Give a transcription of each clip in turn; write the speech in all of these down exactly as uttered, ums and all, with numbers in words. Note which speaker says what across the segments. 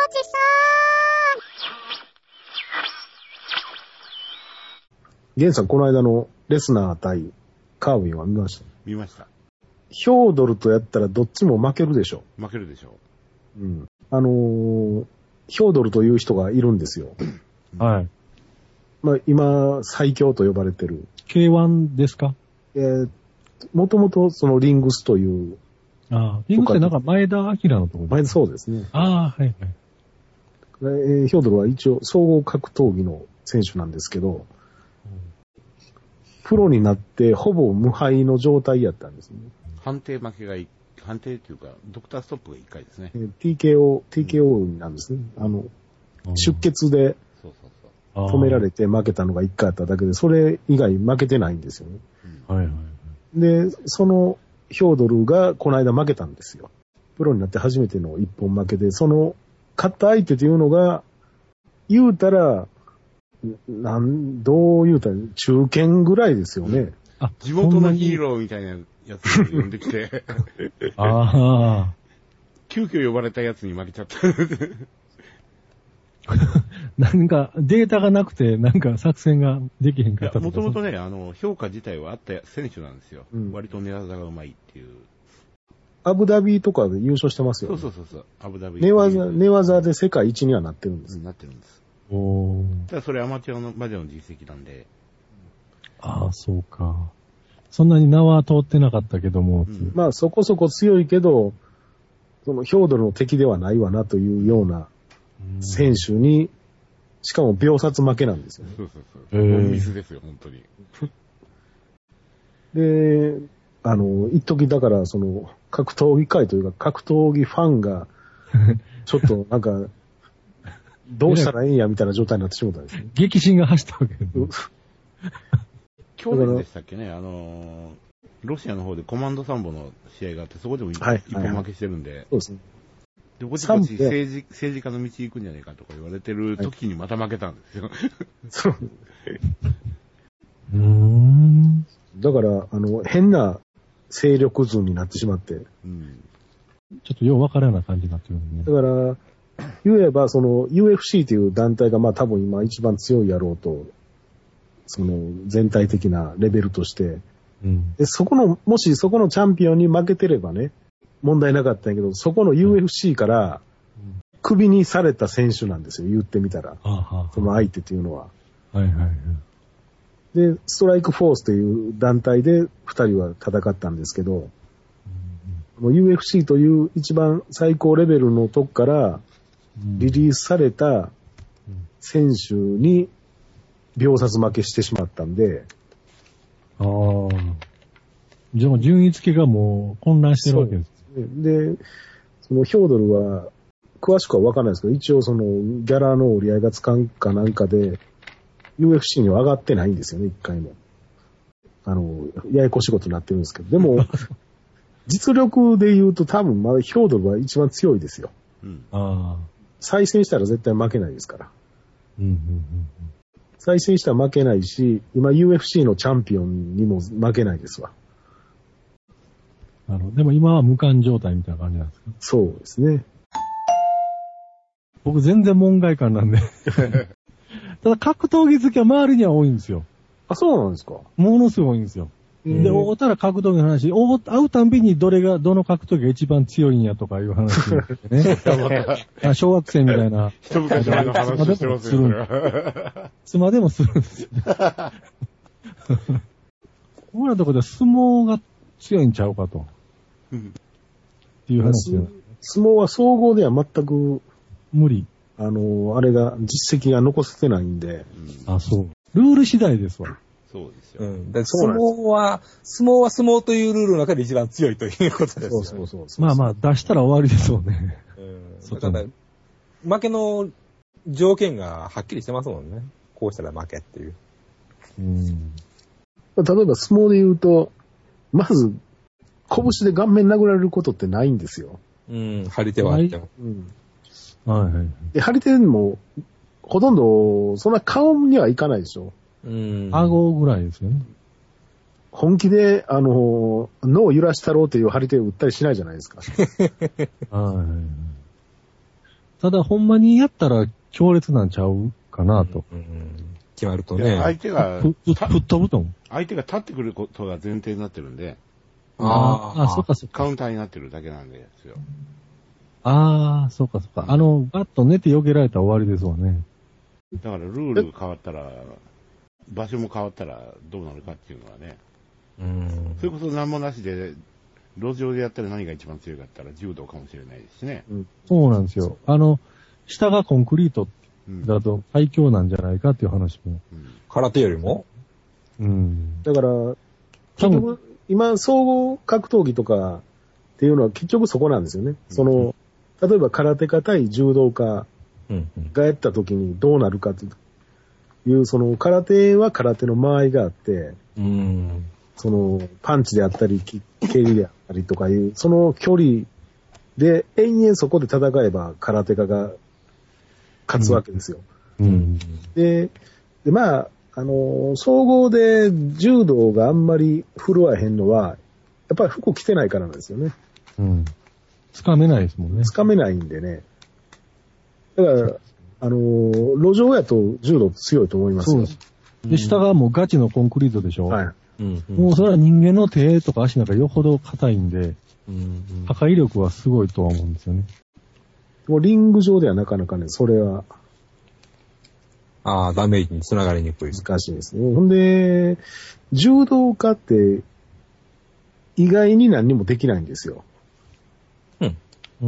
Speaker 1: さ
Speaker 2: ゲンさん、この間のレスナー対カービンは見ました？
Speaker 3: 見ました。
Speaker 2: ヒョードルとやったらどっちも負けるでしょ。
Speaker 3: 負けるでしょ。
Speaker 2: うん。あのー、ヒョードルという人がいるんですよ。
Speaker 4: はい。
Speaker 2: まあ、今、最強と呼ばれてる。
Speaker 4: ケーワン ですか？
Speaker 2: えー、もともとそのリングスという。
Speaker 4: ああ、リングスってなんか前田明のところですか？
Speaker 2: 前田、そうですね。
Speaker 4: ああ、はいはい。
Speaker 2: えー、ヒョードルは一応総合格闘技の選手なんですけど、プロになってほぼ無敗の状態やったんですね。
Speaker 3: 判定負けがい、判定っていうか、ドクターストップがいっかいですね。
Speaker 2: えー、ティーケーオー、ティーケーオー なんですね。あの、出血で止められて負けたのがいっかいあっただけで、それ以外負けてないんですよね。
Speaker 4: はいはいはい。
Speaker 2: で、そのヒョードルがこの間負けたんですよ。プロになって初めての一本負けで、その勝った相手というのが、言うたら、なん、どう言うたら、中堅ぐらいですよね。
Speaker 3: あ、地元のヒーローみたいなやつを呼んできて。
Speaker 4: ああ。
Speaker 3: 急遽呼ばれたやつに負けちゃった。
Speaker 4: なんか、データがなくて、なんか作戦ができへんかったとか。
Speaker 3: もともとね、あの、評価自体はあった選手なんですよ。うん、割と寝技がうまいっていう。
Speaker 2: アブダビとかで優勝してますよね。
Speaker 3: そうそうそう。アブダビ。
Speaker 2: 寝技、寝技で世界一にはなってるんです。
Speaker 3: うん、なってるんです。
Speaker 4: おー。
Speaker 3: ただそれアマチュアのまでの実績なんで。
Speaker 4: ああ、そうか。そんなに名は通ってなかったけども。
Speaker 2: うん、まあそこそこ強いけど、そのヒョードルの敵ではないわなというような選手に、しかも秒殺負けなんですよね。
Speaker 3: そうそうそう。ノンミスですよ、本当に。
Speaker 2: で、あの、一時だからその格闘技界というか格闘技ファンが、ちょっとなんか、どうしたらええんやみたいな状態になってしまったんですね。
Speaker 4: 激震が走ったわけです。
Speaker 3: 去年でしたっけね、あのー、ロシアの方でコマンドサンボの試合があって、そこでも一、はい、本負けしてるんで、
Speaker 2: そうですね。
Speaker 3: で、ぼちぼち政治、政治家の道行くんじゃねえかとか言われてる時にまた負けたんですよ。はい、
Speaker 2: そう。
Speaker 4: うーん。
Speaker 2: だから、あの、変な勢力図になってしまって。
Speaker 4: うん、ちょっとようわからんな感じになってるんで
Speaker 2: ね。だから、言えば、その ユーエフシー という団体がまあ多分今一番強いやろうと、その全体的なレベルとして、うん、でそこの、もしそこのチャンピオンに負けてればね、問題なかったんやけど、そこの ユーエフシー からクビにされた選手なんですよ、言ってみたら。うん、その相手というのは。
Speaker 4: はいはいはい。
Speaker 2: で、ストライクフォースという団体で二人は戦ったんですけど、うん、ユーエフシー という一番最高レベルのとこからリリースされた選手に秒殺負けしてしまったんで。
Speaker 4: ああ。じゃあ順位付けがもう混乱してるわけです。
Speaker 2: で、そのヒョードルは、詳しくは分からないですけど、一応そのギャラの折り合いがつかんかなんかで、ユーエフシー には上がってないんですよね、一回も。あの、ややこしいことになってるんですけど、でも、実力で言うと多分まだヒョードルは一番強いですよ。うん、あ再戦したら絶対負けないですから。うんうんうんうん、再戦したら負けないし、今 ユーエフシー のチャンピオンにも負けないですわ。
Speaker 4: なるほど。でも今は無冠状態みたいな感じなんですか？
Speaker 2: そうですね。
Speaker 4: 僕全然門外漢なんで。ただ格闘技好きは周りには多いんですよ。
Speaker 2: あ、そうなんですか？
Speaker 4: ものすごい多いんですよ。で、会うたら格闘技の話、会うたんびにどれが、どの格闘技が一番強いんやとかいう話ね。小学生みたいな。
Speaker 3: 一昔前の話してますよね。
Speaker 4: 妻でもするんですよ。こんなとこで相撲が強いんちゃうかと。っていう話よ。
Speaker 2: 相撲は総合では全く
Speaker 4: 無理。
Speaker 2: あの、あれが、実績が残せてないんで。
Speaker 4: うん、あ、そう。ルール次第ですわ。
Speaker 3: そうですよ。
Speaker 5: うん。で相撲は、相撲は相撲というルールの中で一番強いということですよ。
Speaker 2: そうそうそうそう。
Speaker 4: まあまあ、出したら終わりですよね。
Speaker 5: うん。だから、負けの条件がはっきりしてますもんね。こうしたら負けっていう。
Speaker 2: うん。例えば相撲で言うと、まず、拳で顔面殴られることってないんですよ。
Speaker 5: うん。張り手はあっても。
Speaker 2: うん。
Speaker 4: はいはい。
Speaker 2: で、張り手も、ほとんど、そんな顔にはいかないでしょ。
Speaker 4: うん。顎ぐらいですよね。
Speaker 2: 本気で、あの、脳を揺らしたろうという張り手を打ったりしないじゃないですか。はいはいはい。
Speaker 4: ただ、ほんまにやったら強烈なんちゃうかなと。
Speaker 5: うんうん、決まるとね。
Speaker 3: 相手が、
Speaker 4: ふ、ふ、吹っ飛ぶと思う。
Speaker 3: 相手が立ってくることが前提になってるんで、
Speaker 4: ああ、あ、そっかそっか。
Speaker 3: カウンターになってるだけなんですよ。
Speaker 4: ああ、そっかそっか。あの、バッと寝て避けられたら終わりですわね。
Speaker 3: だからルール変わったら、場所も変わったらどうなるかっていうのはね。
Speaker 5: うん。
Speaker 3: それこそ何もなしで、路上でやったら何が一番強いかって言ったら柔道かもしれないですしね。
Speaker 4: うん、そうなんですよ。あの、下がコンクリートだと最強なんじゃないかっていう話も。
Speaker 5: うん、空手よりも
Speaker 4: うん。
Speaker 2: だから、結局、今、総合格闘技とかっていうのは結局そこなんですよね。その、例えば空手家対柔道家がやった時にどうなるかという、その空手は空手の間合いがあって、
Speaker 5: うん、
Speaker 2: そのパンチであったり、蹴りであったりとかいう、その距離で延々そこで戦えば空手家が勝つわけですよ。
Speaker 4: うんうん、
Speaker 2: で、で、まあ、あの、総合で柔道があんまり振るわへんのは、やっぱり服着てないからなんですよね。
Speaker 4: うん。つかめないですもんね。
Speaker 2: つかめないんでね。だから、あの、路上やと柔道強いと思いますよ。
Speaker 4: そうです。で、下がもうガチのコンクリートでしょ。
Speaker 2: はい。
Speaker 5: うんうん、
Speaker 4: もうそれは人間の手とか足なんかよほど硬いんで、うんうん、破壊力はすごいとは思うんですよね。
Speaker 2: もうリング上ではなかなかね、それは。
Speaker 5: ああ、ダメージにつながりにくい。
Speaker 2: 難しいですね。ほんで、柔道家って意外に何にもできないんですよ。
Speaker 5: うん。
Speaker 4: うん、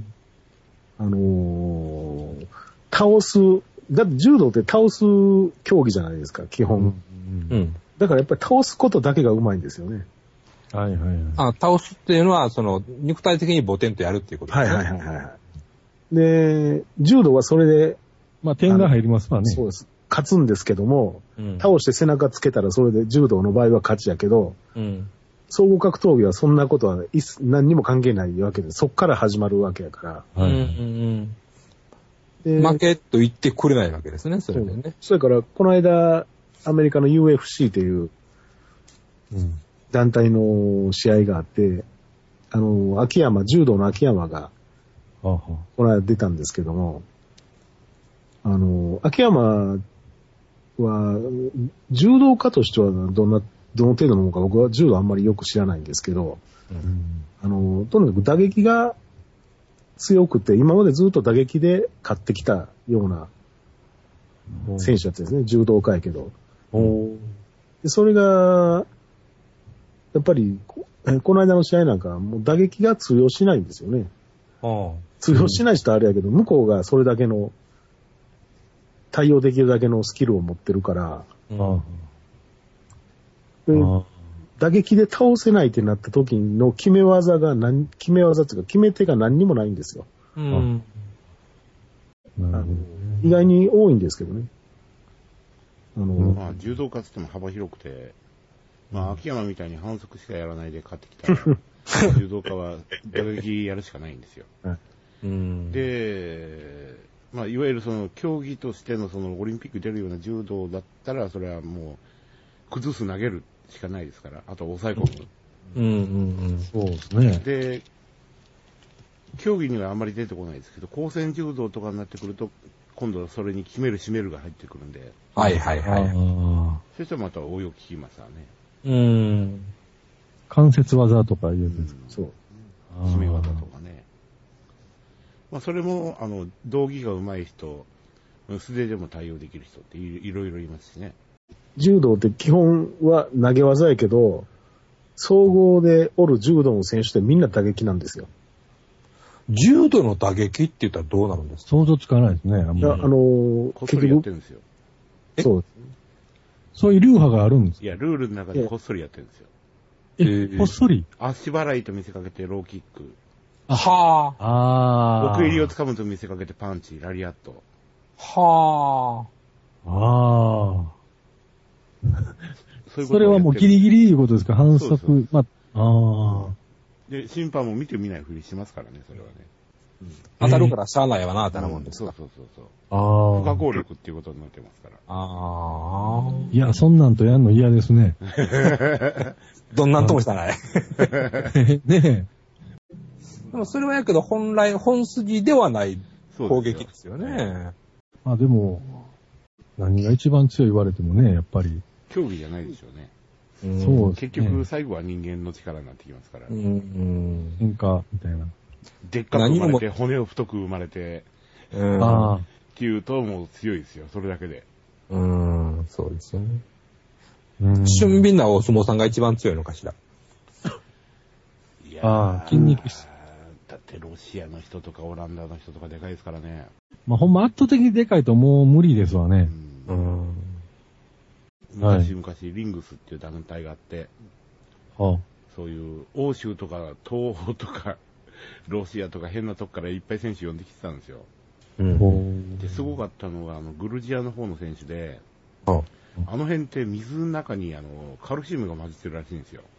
Speaker 2: あのー、倒す、だって柔道って倒す競技じゃないですか、基本。
Speaker 5: うんうん、
Speaker 2: だからやっぱり倒すことだけがうまいんですよね。
Speaker 4: はいはいはい。
Speaker 5: あ、倒すっていうのは、その、肉体的にボテンとやるっていうことですね。
Speaker 2: はいはいはいはい。で、柔道はそれで、
Speaker 4: まあ点が入りますわね。
Speaker 2: そうです。勝つんですけども、
Speaker 5: うん、
Speaker 2: 倒して背中つけたらそれで柔道の場合は勝ちやけど、
Speaker 5: うん、
Speaker 2: 総合格闘技はそんなことは何にも関係ないわけで、そっから始まるわけやから。
Speaker 5: はいうんうん、負けと言ってくれないわけですね、それでね。
Speaker 2: それから、この間、アメリカの ユーエフシー という団体の試合があって、あの、秋山、柔道の秋山が、この間出たんですけども、あの、秋山は、柔道家としてはどんな、どの程度のものか僕は柔道あんまりよく知らないんですけど、うん、あの、とにかく打撃が強くて、今までずっと打撃で勝ってきたような選手だったんですね、柔道家やけど。でそれが、やっぱりこ、この間の試合なんかもう打撃が通用しないんですよね。通用しない人あれやけど、向こうがそれだけの、対応できるだけのスキルを持ってるから、で打撃で倒せないってなった時の決め技が何、決め技っていうか決め手が何にもないんですよ。うん、あの意外に多いんですけどね。
Speaker 3: あの、まあ、柔道家って言っても幅広くて、まあ、秋山みたいに反則しかやらないで勝ってきたら、柔道家は打撃やるしかないんですよ。はい、で、まあ、いわゆるその競技としてのそのオリンピック出るような柔道だったら、それはもう、崩す投げるしかないですから、あと抑え込む。
Speaker 4: うんうんうん、そうですね。
Speaker 3: で、競技にはあんまり出てこないですけど、光線柔道とかになってくると、今度はそれに決める締めるが入ってくるんで。
Speaker 5: はいはいはい。
Speaker 3: そしたらまた応用効きますわね。
Speaker 4: うん。関節技とかいうやつですか、
Speaker 3: うん、そう。締め技とかね。まあそれも、あの、道着が上手い人、素手でも対応できる人ってい, いろいろいますしね。
Speaker 2: 柔道って基本は投げ技やけど、総合でおる柔道の選手ってみんな打撃なんですよ。
Speaker 5: 柔道の打撃って言ったらどうなるんですか？
Speaker 4: 想像つかないですね。あ
Speaker 2: いや、あのー、
Speaker 3: こっそりやってるんですよ。
Speaker 2: そうです。
Speaker 4: そういう流派があるんですか？
Speaker 3: いや、ルールの中でこっそりやってるんですよ。
Speaker 4: え、こっそり？
Speaker 3: 足払いと見せかけてローキック。
Speaker 5: は
Speaker 4: あ。ああ。
Speaker 3: 奥襟を掴むと見せかけてパンチ、ラリアット。
Speaker 5: は
Speaker 4: あ。ああ。
Speaker 3: そういうこと
Speaker 4: それはもうギリギリいうことですか？反則。そうそうまあ、ああ。
Speaker 3: で、審判も見て見ないふりしますからね、それはね。
Speaker 5: うん、当たるからしゃあないわな、ってなもんですか、
Speaker 3: うん、そうそうそうそう。
Speaker 4: ああ。
Speaker 3: 不可抗力っていうことになってますから。
Speaker 5: ああ。
Speaker 4: いや、そんなんとやんの嫌ですね。
Speaker 5: どんなんともしたない。
Speaker 4: ねえ。
Speaker 5: でもそれはやけど、本来、本筋ではない攻撃ですよね。
Speaker 4: まあでも、何が一番強い言われてもね、やっぱり。
Speaker 3: 競技じゃないでしょうね。
Speaker 4: うん、そう、ね。
Speaker 3: 結局、最後は人間の力になってきますから。うん。う
Speaker 4: ん。変化、みたいな。
Speaker 3: でっかく生まれて、骨を太く生まれて、うん。ああ。っていうと、もう強いですよ、それだけで。
Speaker 5: うん、そうですよね。うん。俊敏なお相撲さんが一番強いのかしら。
Speaker 3: いや
Speaker 4: ああ、筋肉質。
Speaker 3: だってロシアの人とかオランダの人とかでかいですからね。
Speaker 4: まあほんま圧倒的にでかいともう無理ですわね。うん。
Speaker 3: うん昔々、はい、リングスっていう団体があって、はあ、そういう欧州とか東欧とかロシアとか変なとこからいっぱい選手呼んできてたんですよ。うん、ですごかったのがあのグルジアの方の選手で、はあ、あの辺って水の中にあのカルシウムが混じってるらしいんですよ。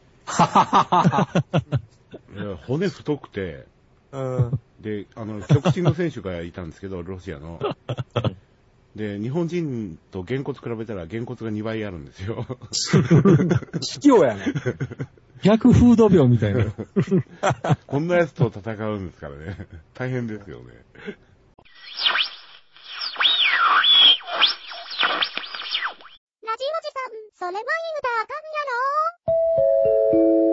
Speaker 3: 骨太くて、うん、で、あの、極真の選手がいたんですけど、ロシアの。で、日本人とげんこつ比べたらげんこつがにばいあるんですよ。
Speaker 5: 卑怯やね。
Speaker 4: 逆風土病みたいな。
Speaker 3: こんなやつと戦うんですからね。大変ですよね。
Speaker 1: ラジオジさん、それは言うたらあかんやろ。